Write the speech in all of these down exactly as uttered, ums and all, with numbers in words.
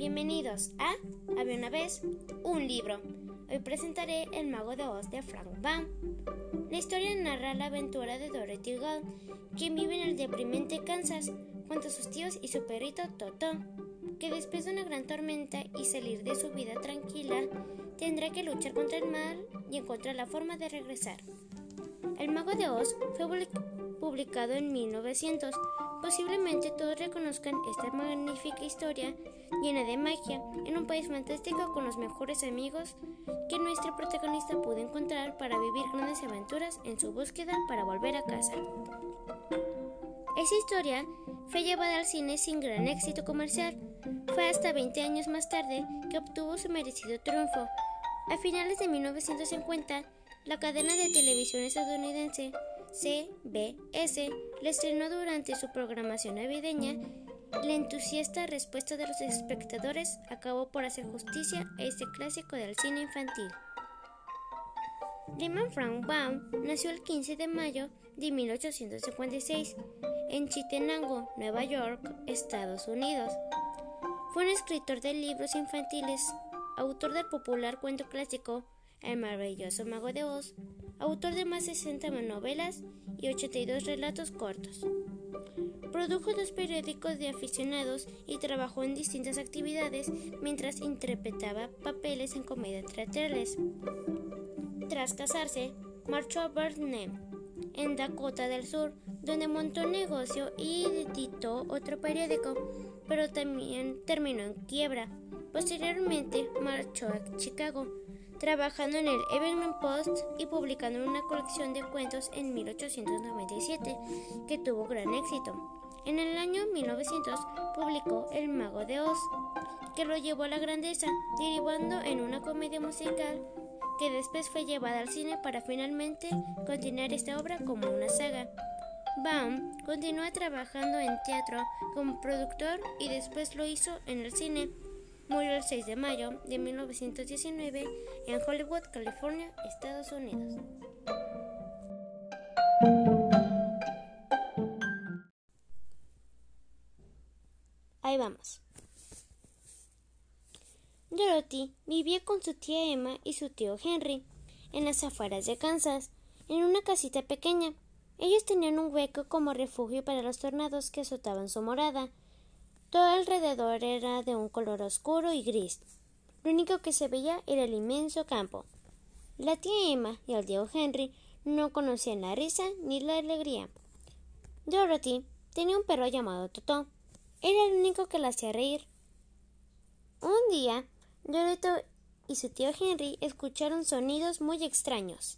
Bienvenidos a Había una vez un libro. Hoy presentaré El Mago de Oz de Frank Baum. La historia narra la aventura de Dorothy Gale, quien vive en el deprimente Kansas junto a sus tíos y su perrito Toto, que después de una gran tormenta y salir de su vida tranquila, tendrá que luchar contra el mal y encontrar la forma de regresar. El Mago de Oz fue publicado en mil novecientos. Posiblemente todos reconozcan esta magnífica historia llena de magia en un país fantástico con los mejores amigos que nuestro protagonista pudo encontrar para vivir grandes aventuras en su búsqueda para volver a casa. Esa historia fue llevada al cine sin gran éxito comercial. Fue hasta veinte años más tarde que obtuvo su merecido triunfo. A finales de mil novecientos cincuenta, la cadena de televisión estadounidense C B S le estrenó durante su programación navideña. La entusiasta respuesta de los espectadores acabó por hacer justicia a este clásico del cine infantil. Lyman Frank Baum nació el quince de mayo de mil ochocientos cincuenta y seis en Chittenango, Nueva York, Estados Unidos. Fue un escritor de libros infantiles, autor del popular cuento clásico El maravilloso Mago de Oz, autor de más de sesenta novelas y ochenta y dos relatos cortos. Produjo dos periódicos de aficionados y trabajó en distintas actividades mientras interpretaba papeles en comedias teatrales. Tras casarse, marchó a Bethlehem, en Dakota del Sur, donde montó un negocio y editó otro periódico, pero también terminó en quiebra. Posteriormente marchó a Chicago, trabajando en el Evening Post y publicando una colección de cuentos en mil ochocientos noventa y siete que tuvo gran éxito. En el año mil novecientos publicó El Mago de Oz, que lo llevó a la grandeza, derivando en una comedia musical que después fue llevada al cine para finalmente continuar esta obra como una saga. Baum continúa trabajando en teatro como productor y después lo hizo en el cine. Murió el seis de mayo de mil novecientos diecinueve en Hollywood, California, Estados Unidos. Ahí vamos. Dorothy vivía con su tía Emma y su tío Henry en las afueras de Kansas, en una casita pequeña. Ellos tenían un hueco como refugio para los tornados que azotaban su morada. Todo alrededor era de un color oscuro y gris. Lo único que se veía era el inmenso campo. La tía Emma y el tío Henry no conocían la risa ni la alegría. Dorothy tenía un perro llamado Toto. Era el único que la hacía reír. Un día, Dorothy y su tío Henry escucharon sonidos muy extraños.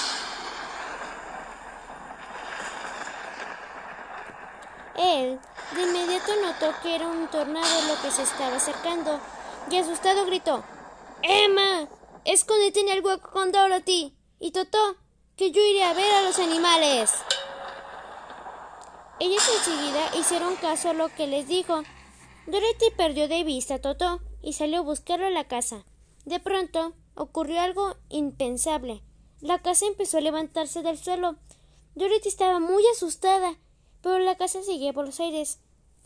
Él de inmediato notó que era un tornado lo que se estaba acercando y asustado gritó: ¡Emma! ¡Escóndete en el hueco con Dorothy! Y Toto, que yo iré a ver a los animales. Ellos enseguida hicieron caso a lo que les dijo. Dorothy perdió de vista a Toto y salió a buscarlo a la casa. De pronto ocurrió algo impensable. La casa empezó a levantarse del suelo. Dorothy estaba muy asustada, pero la casa seguía por los aires.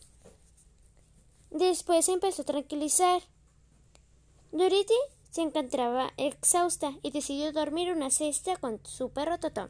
Después se empezó a tranquilizar. Dorothy se encontraba exhausta y decidió dormir una siesta con su perro Toto.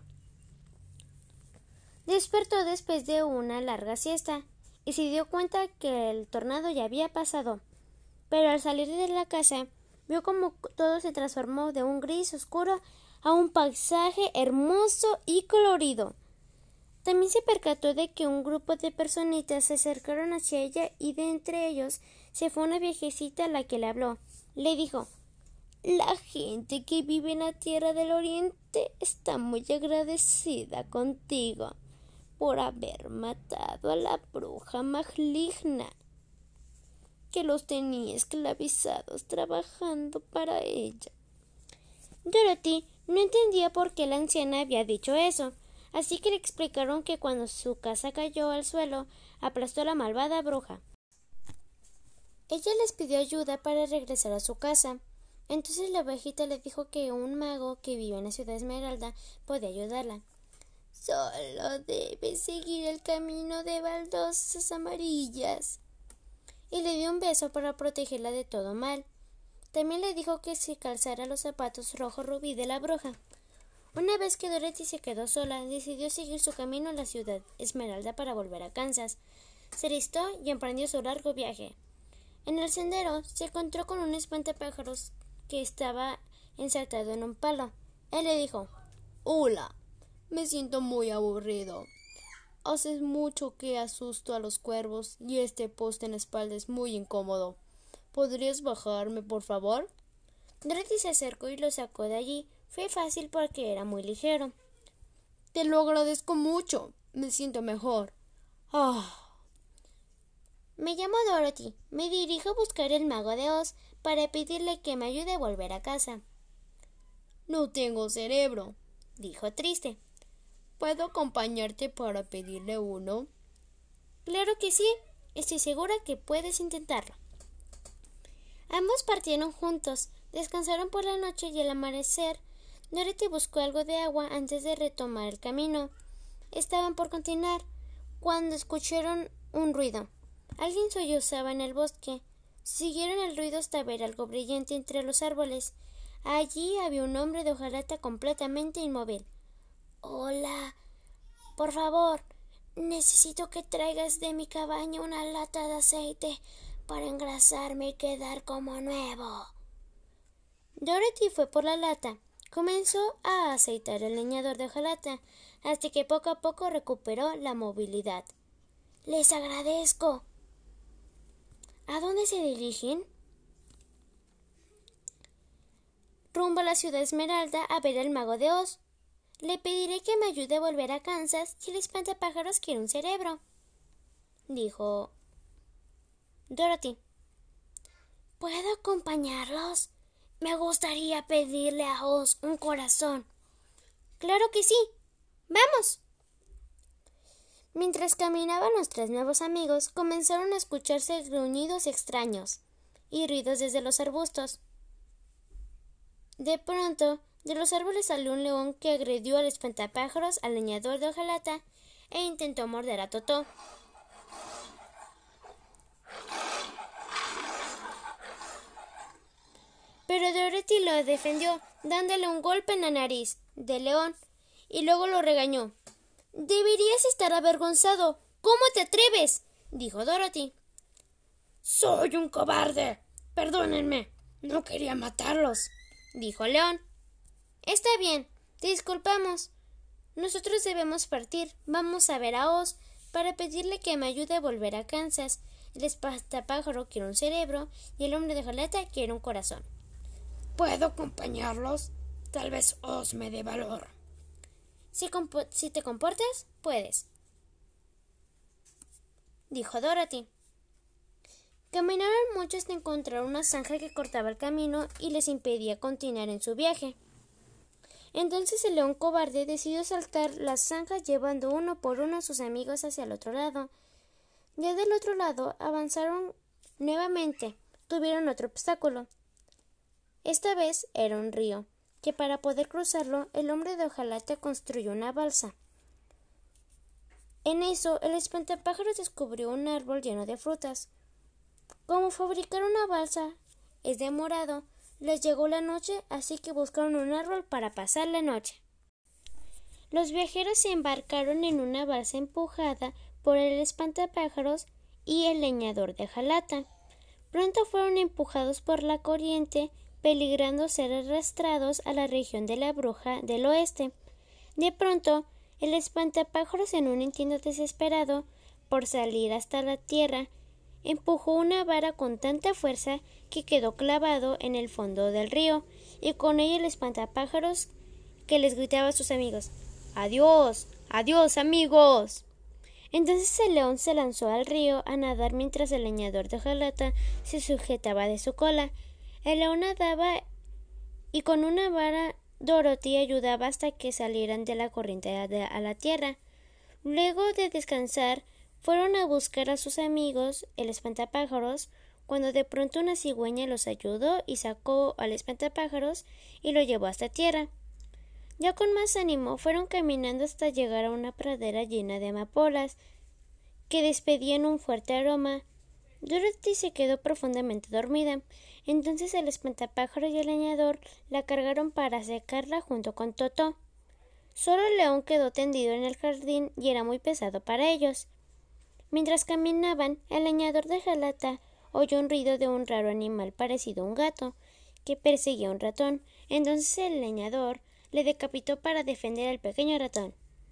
Despertó después de una larga siesta y se dio cuenta que el tornado ya había pasado. Pero al salir de la casa, vio como todo se transformó de un gris oscuro a un paisaje hermoso y colorido. También se percató de que un grupo de personitas se acercaron hacia ella y de entre ellos se fue una viejecita a la que le habló. Le dijo: «La gente que vive en la Tierra del Oriente está muy agradecida contigo por haber matado a la bruja maligna que los tenía esclavizados trabajando para ella». Dorothy no entendía por qué la anciana había dicho eso. Así que le explicaron que cuando su casa cayó al suelo, aplastó a la malvada bruja. Ella les pidió ayuda para regresar a su casa. Entonces la ovejita le dijo que un mago que vive en la ciudad Esmeralda podía ayudarla. «Solo debes seguir el camino de baldosas amarillas y le dio un beso para protegerla de todo mal. También le dijo que se calzara los zapatos rojo rubí de la bruja. Una vez que Dorothy se quedó sola, decidió seguir su camino a la ciudad Esmeralda para volver a Kansas. Se alistó y emprendió su largo viaje. En el sendero se encontró con un espantapájaros que estaba ensartado en un palo. Él le dijo: «Hola, me siento muy aburrido. Hace mucho que asusto a los cuervos y este poste en la espalda es muy incómodo. ¿Podrías bajarme, por favor?» Dorothy se acercó y lo sacó de allí. Fue fácil porque era muy ligero. «Te lo agradezco mucho. Me siento mejor. Ah. Me llamo Dorothy. Me dirijo a buscar el mago de Oz para pedirle que me ayude a volver a casa». «No tengo cerebro», dijo triste. «¿Puedo acompañarte para pedirle uno?» «Claro que sí. Estoy segura que puedes intentarlo». Ambos partieron juntos, descansaron por la noche y al amanecer, Dorothy buscó algo de agua antes de retomar el camino. Estaban por continuar cuando escucharon un ruido. Alguien sollozaba en el bosque. Siguieron el ruido hasta ver algo brillante entre los árboles. Allí había un hombre de hojalata completamente inmóvil. «Hola, por favor, necesito que traigas de mi cabaña una lata de aceite para engrasarme y quedar como nuevo». Dorothy fue por la lata. Comenzó a aceitar el leñador de hojalata hasta que poco a poco recuperó la movilidad. «Les agradezco». ¿A dónde se dirigen? «Rumbo a la ciudad Esmeralda a ver al mago de Oz. Le pediré que me ayude a volver a Kansas y el espantapájaros quiere un cerebro», dijo Dorothy. «¿Puedo acompañarlos? Me gustaría pedirle a Oz un corazón». «Claro que sí. ¡Vamos!». Mientras caminaban los tres nuevos amigos, comenzaron a escucharse gruñidos extraños y ruidos desde los arbustos. De pronto, de los árboles salió un león que agredió al espantapájaros, al leñador de hojalata, e intentó morder a Totó. Pero Dorothy lo defendió, dándole un golpe en la nariz del león, y luego lo regañó. «Deberías estar avergonzado. ¿Cómo te atreves?», dijo Dorothy. «Soy un cobarde. Perdónenme. No quería matarlos», dijo el león. «Está bien. Te disculpamos. Nosotros debemos partir. Vamos a ver a Oz para pedirle que me ayude a volver a Kansas. El espantapájaro quiere un cerebro y el hombre de hojalata quiere un corazón». «¿Puedo acompañarlos? Tal vez Oz me dé valor». Si, si te comportas, puedes», dijo Dorothy. Caminaron mucho hasta encontrar una zanja que cortaba el camino y les impedía continuar en su viaje. Entonces el león cobarde decidió saltar la zanja llevando uno por uno a sus amigos hacia el otro lado. Ya del otro lado avanzaron nuevamente. Tuvieron otro obstáculo. Esta vez era un río, que para poder cruzarlo el hombre de hojalata construyó una balsa. En eso el espantapájaros descubrió un árbol lleno de frutas. Como fabricar una balsa es demorado, les llegó la noche, así que buscaron un árbol para pasar la noche. Los viajeros se embarcaron en una balsa empujada por el espantapájaros y el leñador de hojalata. Pronto fueron empujados por la corriente, peligrando ser arrastrados a la región de la bruja del oeste. De pronto, el espantapájaros, en un intento desesperado por salir hasta la tierra, empujó una vara con tanta fuerza que quedó clavado en el fondo del río, y con ella el espantapájaros que les gritaba a sus amigos: «¡Adiós! ¡Adiós, amigos!». Entonces el león se lanzó al río a nadar mientras el leñador de hojalata se sujetaba de su cola. El león nadaba y con una vara Dorothy ayudaba hasta que salieran de la corriente a la tierra. Luego de descansar, fueron a buscar a sus amigos, el espantapájaros, cuando de pronto una cigüeña los ayudó y sacó al espantapájaros y lo llevó hasta tierra. Ya con más ánimo fueron caminando hasta llegar a una pradera llena de amapolas que despedían un fuerte aroma. Dorothy se quedó profundamente dormida. Entonces el espantapájaros y el leñador la cargaron para secarla junto con Totó. Solo el león quedó tendido en el jardín y era muy pesado para ellos. Mientras caminaban, el leñador de Jalata oyó un ruido de un raro animal parecido a un gato, que perseguía a un ratón. Entonces el leñador le decapitó para defender al pequeño ratón.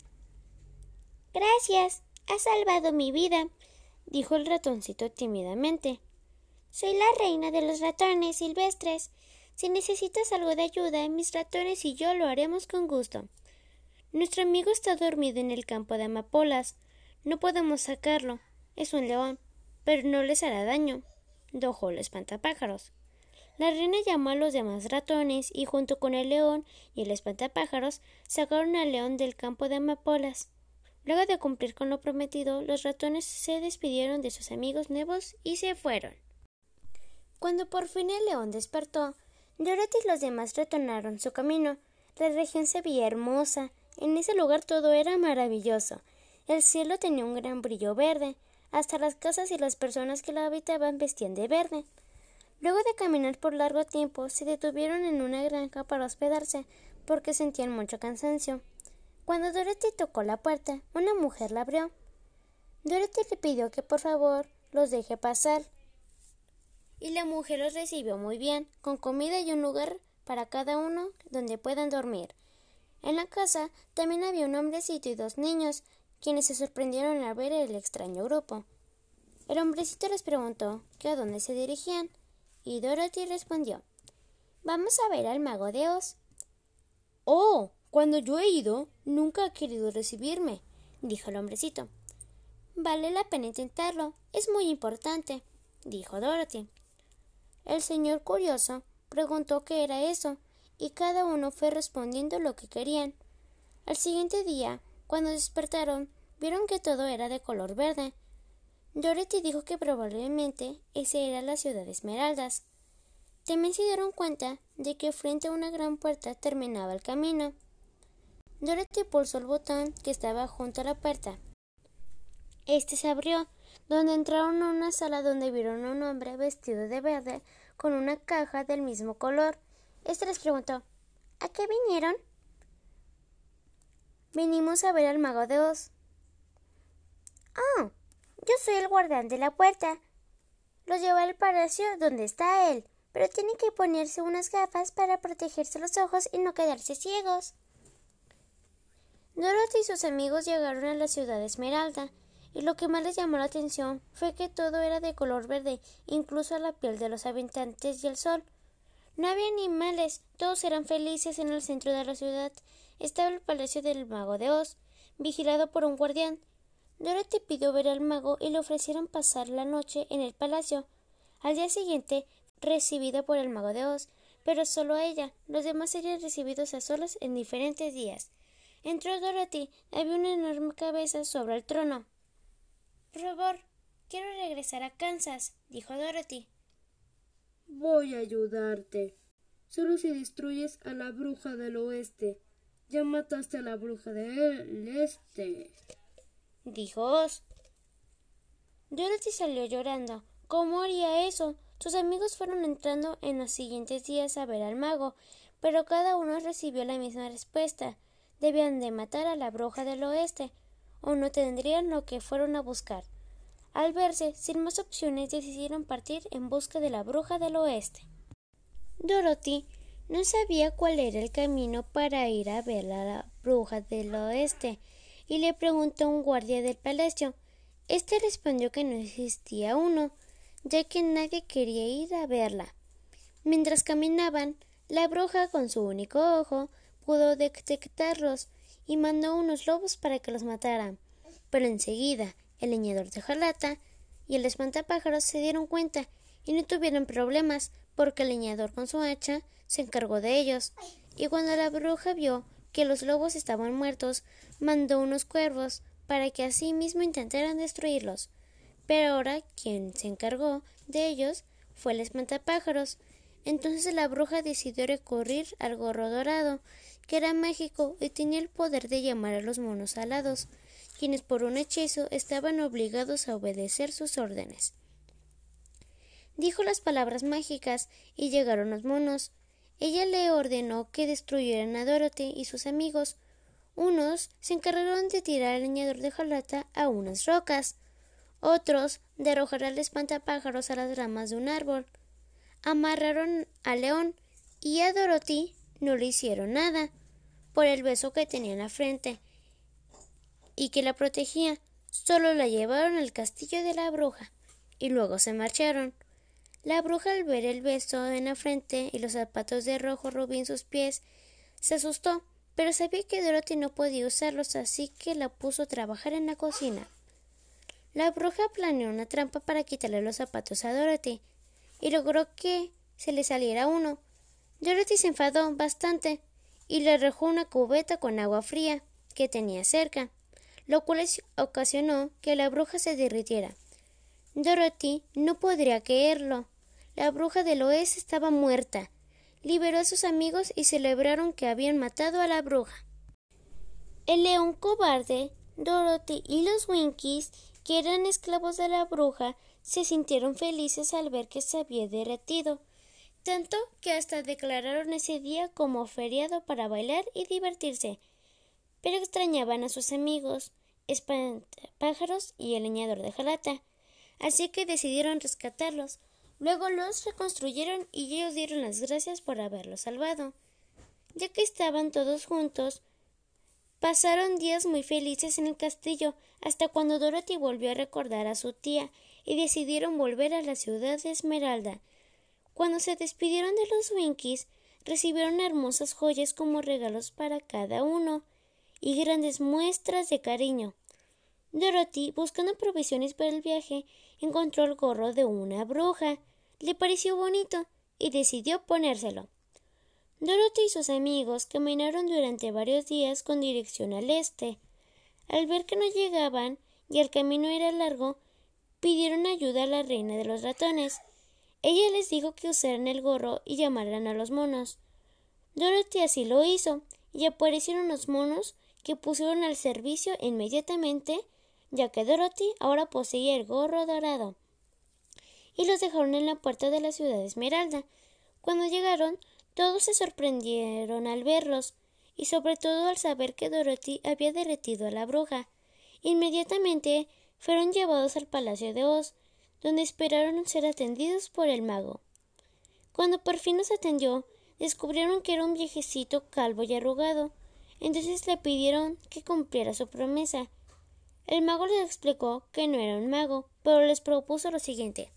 «Gracias, has salvado mi vida», dijo el ratoncito tímidamente. «Soy la reina de los ratones silvestres. Si necesitas algo de ayuda, mis ratones y yo lo haremos con gusto. Nuestro amigo está dormido en el campo de amapolas. No podemos sacarlo. Es un león, pero no les hará daño», dijo el espantapájaros. La reina llamó a los demás ratones y junto con el león y el espantapájaros sacaron al león del campo de amapolas. Luego de cumplir con lo prometido, los ratones se despidieron de sus amigos nuevos y se fueron. Cuando por fin el león despertó, Dorothy y los demás retomaron su camino. La región se veía hermosa. En ese lugar todo era maravilloso. El cielo tenía un gran brillo verde. Hasta las casas y las personas que la habitaban vestían de verde. Luego de caminar por largo tiempo, se detuvieron en una granja para hospedarse, porque sentían mucho cansancio. Cuando Dorothy tocó la puerta, una mujer la abrió. Dorothy le pidió que por favor los deje pasar, y la mujer los recibió muy bien, con comida y un lugar para cada uno donde puedan dormir. En la casa también había un hombrecito y dos niños, quienes se sorprendieron al ver el extraño grupo. El hombrecito les preguntó que a dónde se dirigían, y Dorothy respondió: «Vamos a ver al mago de Oz». «Oh, cuando yo he ido, nunca ha querido recibirme», dijo el hombrecito. «Vale la pena intentarlo, es muy importante», dijo Dorothy. El señor curioso preguntó qué era eso, y cada uno fue respondiendo lo que querían. Al siguiente día, cuando despertaron, vieron que todo era de color verde. Dorothy dijo que probablemente esa era la ciudad de Esmeraldas. También se dieron cuenta de que frente a una gran puerta terminaba el camino. Dorothy pulsó el botón que estaba junto a la puerta. Este se abrió, donde entraron a una sala donde vieron a un hombre vestido de verde con una caja del mismo color. Este les preguntó: «¿A qué vinieron?» «Vinimos a ver al mago de Oz». «Oh, yo soy el guardián de la puerta. Lo llevo al palacio donde está él, pero tiene que ponerse unas gafas para protegerse los ojos y no quedarse ciegos». Dorothy y sus amigos llegaron a la ciudad de Esmeralda, y lo que más les llamó la atención fue que todo era de color verde, incluso la piel de los habitantes y el sol. No había animales, todos eran felices. En el centro de la ciudad estaba el palacio del mago de Oz, vigilado por un guardián. Dorothy pidió ver al mago y le ofrecieron pasar la noche en el palacio. Al día siguiente, recibida por el mago de Oz, pero solo a ella. Los demás serían recibidos a solas en diferentes días. Entró Dorothy. Había una enorme cabeza sobre el trono. «Por favor, quiero regresar a Kansas», dijo Dorothy. «Voy a ayudarte. Solo si destruyes a la bruja del oeste. Ya mataste a la bruja del este», dijo Oz. Dorothy salió llorando. ¿Cómo haría eso? Sus amigos fueron entrando en los siguientes días a ver al mago, pero cada uno recibió la misma respuesta. Debían de matar a la bruja del oeste, o no tendrían lo que fueron a buscar. Al verse sin más opciones, decidieron partir en busca de la bruja del oeste. Dorothy no sabía cuál era el camino para ir a ver a la bruja del oeste, y le preguntó a un guardia del palacio. Este respondió que no existía uno, ya que nadie quería ir a verla. Mientras caminaban, la bruja, con su único ojo, pudo detectarlos y mandó unos lobos para que los mataran. Pero enseguida el leñador de Jalata y el espantapájaros se dieron cuenta y no tuvieron problemas, porque el leñador con su hacha se encargó de ellos. Y cuando la bruja vio que los lobos estaban muertos, mandó unos cuervos para que así mismo intentaran destruirlos. Pero ahora quien se encargó de ellos fue el espantapájaros. Entonces la bruja decidió recurrir al gorro dorado, que era mágico y tenía el poder de llamar a los monos alados, quienes por un hechizo estaban obligados a obedecer sus órdenes. Dijo las palabras mágicas y llegaron los monos. Ella le ordenó que destruyeran a Dorothy y sus amigos. Unos se encargaron de tirar al leñador de hojalata a unas rocas, otros de arrojar al espantapájaros a las ramas de un árbol. Amarraron al león y a Dorothy no le hicieron nada por el beso que tenía en la frente y que la protegía. Solo la llevaron al castillo de la bruja y luego se marcharon. La bruja, al ver el beso en la frente y los zapatos de rojo rubí en sus pies, se asustó, pero sabía que Dorothy no podía usarlos, así que la puso a trabajar en la cocina. La bruja planeó una trampa para quitarle los zapatos a Dorothy y logró que se le saliera uno. Dorothy se enfadó bastante y le arrojó una cubeta con agua fría que tenía cerca, lo cual ocasionó que la bruja se derritiera. Dorothy no podría creerlo. La bruja del oeste estaba muerta. Liberó a sus amigos y celebraron que habían matado a la bruja. El león cobarde, Dorothy y los Winkies, que eran esclavos de la bruja, se sintieron felices al ver que se había derretido, tanto que hasta declararon ese día como feriado para bailar y divertirse. Pero extrañaban a sus amigos, espantapájaros y el leñador de hojalata, así que decidieron rescatarlos. Luego los reconstruyeron y ellos dieron las gracias por haberlos salvado. Ya que estaban todos juntos, pasaron días muy felices en el castillo, hasta cuando Dorothy volvió a recordar a su tía y decidieron volver a la ciudad de Esmeralda. Cuando se despidieron de los Winkies, recibieron hermosas joyas como regalos para cada uno y grandes muestras de cariño. Dorothy, buscando provisiones para el viaje, encontró el gorro de una bruja. Le pareció bonito y decidió ponérselo. Dorothy y sus amigos caminaron durante varios días con dirección al este. Al ver que no llegaban y el camino era largo, pidieron ayuda a la reina de los ratones. Ella les dijo que usaran el gorro y llamaran a los monos. Dorothy así lo hizo, y aparecieron los monos que pusieron al servicio inmediatamente, ya que Dorothy ahora poseía el gorro dorado, y los dejaron en la puerta de la ciudad de Esmeralda. Cuando llegaron, todos se sorprendieron al verlos, y sobre todo al saber que Dorothy había derretido a la bruja. Inmediatamente fueron llevados al palacio de Oz, donde esperaron ser atendidos por el mago. Cuando por fin los atendió, descubrieron que era un viejecito calvo y arrugado. Entonces le pidieron que cumpliera su promesa. El mago les explicó que no era un mago, pero les propuso lo siguiente: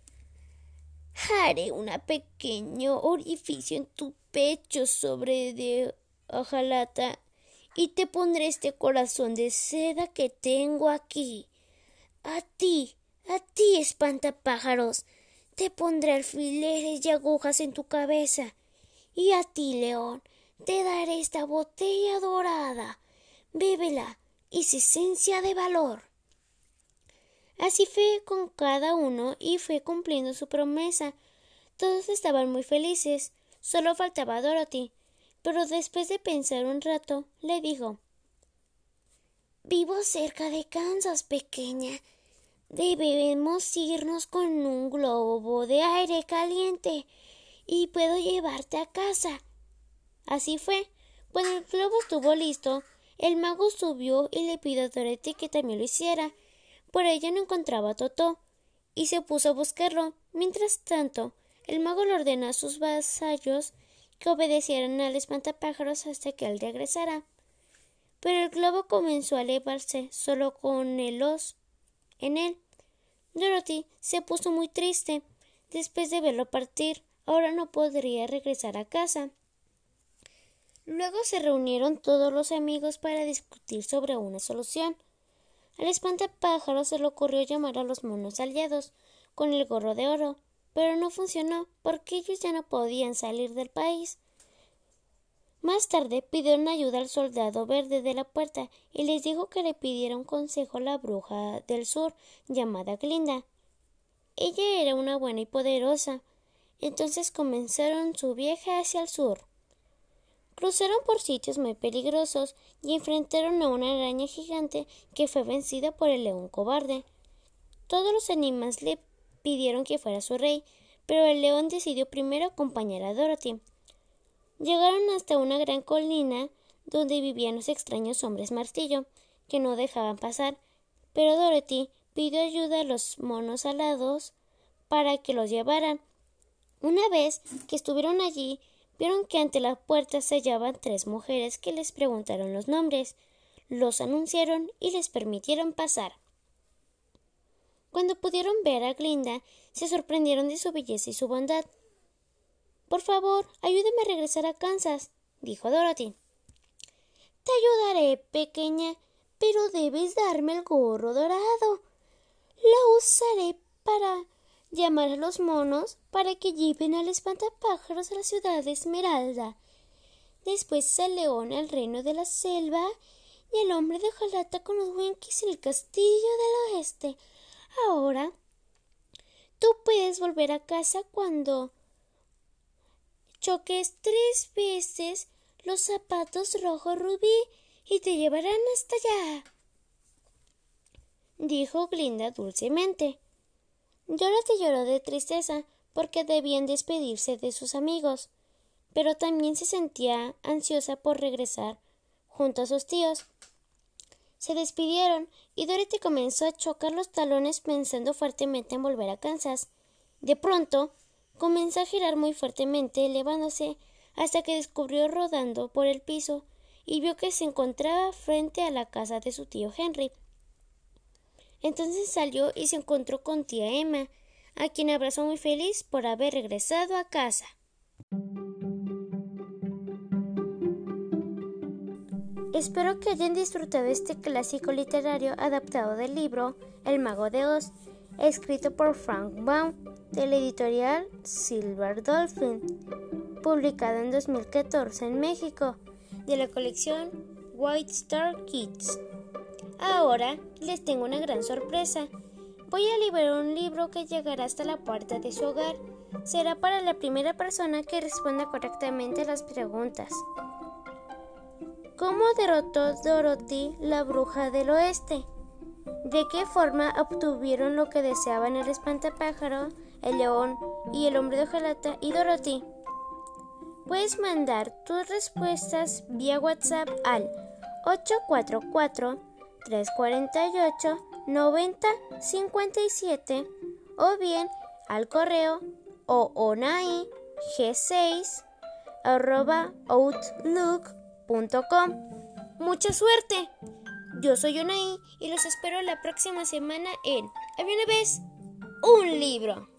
haré un pequeño orificio en tu pecho sobre de hojalata y te pondré este corazón de seda que tengo aquí. A ti, a ti, espantapájaros, te pondré alfileres y agujas en tu cabeza. Y a ti, león, te daré esta botella dorada. Bébela, es esencia de valor. Así fue con cada uno y fue cumpliendo su promesa. Todos estaban muy felices, solo faltaba Dorothy, pero después de pensar un rato, le dijo: vivo cerca de Kansas, pequeña. Debemos irnos con un globo de aire caliente y puedo llevarte a casa. Así fue. Cuando el globo estuvo listo, el mago subió y le pidió a Dorothy que también lo hiciera. Por ello no encontraba a Totó y se puso a buscarlo. Mientras tanto, el mago le ordenó a sus vasallos que obedecieran al espantapájaros hasta que él regresara. Pero el globo comenzó a elevarse solo con el Oz en él. Dorothy se puso muy triste. Después de verlo partir, ahora no podría regresar a casa. Luego se reunieron todos los amigos para discutir sobre una solución. Al espantapájaros se le ocurrió llamar a los monos aliados con el gorro de oro, pero no funcionó porque ellos ya no podían salir del país. Más tarde pidieron ayuda al soldado verde de la puerta y les dijo que le pidiera un consejo a la bruja del sur llamada Glinda. Ella era una buena y poderosa. Entonces comenzaron su viaje hacia el sur. Cruzaron por sitios muy peligrosos y enfrentaron a una araña gigante que fue vencida por el león cobarde. Todos los animales le pidieron que fuera su rey, pero el león decidió primero acompañar a Dorothy. Llegaron hasta una gran colina donde vivían los extraños hombres martillo, que no dejaban pasar, pero Dorothy pidió ayuda a los monos alados para que los llevaran. Una vez que estuvieron allí, vieron que ante la puerta se hallaban tres mujeres que les preguntaron los nombres, los anunciaron y les permitieron pasar. Cuando pudieron ver a Glinda, se sorprendieron de su belleza y su bondad. «Por favor, ayúdeme a regresar a Kansas», dijo Dorothy. «Te ayudaré, pequeña, pero debes darme el gorro dorado. Lo usaré para llamar a los monos para que lleven al espantapájaros a la ciudad de Esmeralda. Después al león al reino de la selva y al hombre de hojalata con los Winkies en el castillo del oeste. Ahora, tú puedes volver a casa cuando choques tres veces los zapatos rojo rubí y te llevarán hasta allá», dijo Glinda dulcemente. Dorothy lloró de tristeza porque debían despedirse de sus amigos, pero también se sentía ansiosa por regresar junto a sus tíos. Se despidieron y Dorothy comenzó a chocar los talones pensando fuertemente en volver a Kansas. De pronto, comenzó a girar muy fuertemente, elevándose hasta que descubrió rodando por el piso y vio que se encontraba frente a la casa de su tío Henry. Entonces salió y se encontró con tía Emma, a quien abrazó muy feliz por haber regresado a casa. Espero que hayan disfrutado este clásico literario adaptado del libro El Mago de Oz, escrito por Frank Baum, de la editorial Silver Dolphin, publicado en dos mil catorce en México, de la colección White Star Kids. Ahora les tengo una gran sorpresa. Voy a liberar un libro que llegará hasta la puerta de su hogar. Será para la primera persona que responda correctamente a las preguntas. ¿Cómo derrotó Dorothy la bruja del oeste? ¿De qué forma obtuvieron lo que deseaban el espantapájaro, el león y el hombre de hojalata y Dorothy? Puedes mandar tus respuestas vía WhatsApp al ocho cuatro cuatro, tres cuatro ocho, nueve cero cinco siete o bien al correo oonai g seis arroba outlook punto com. ¡Mucha suerte! Yo soy Onai y los espero la próxima semana en Había una vez un libro.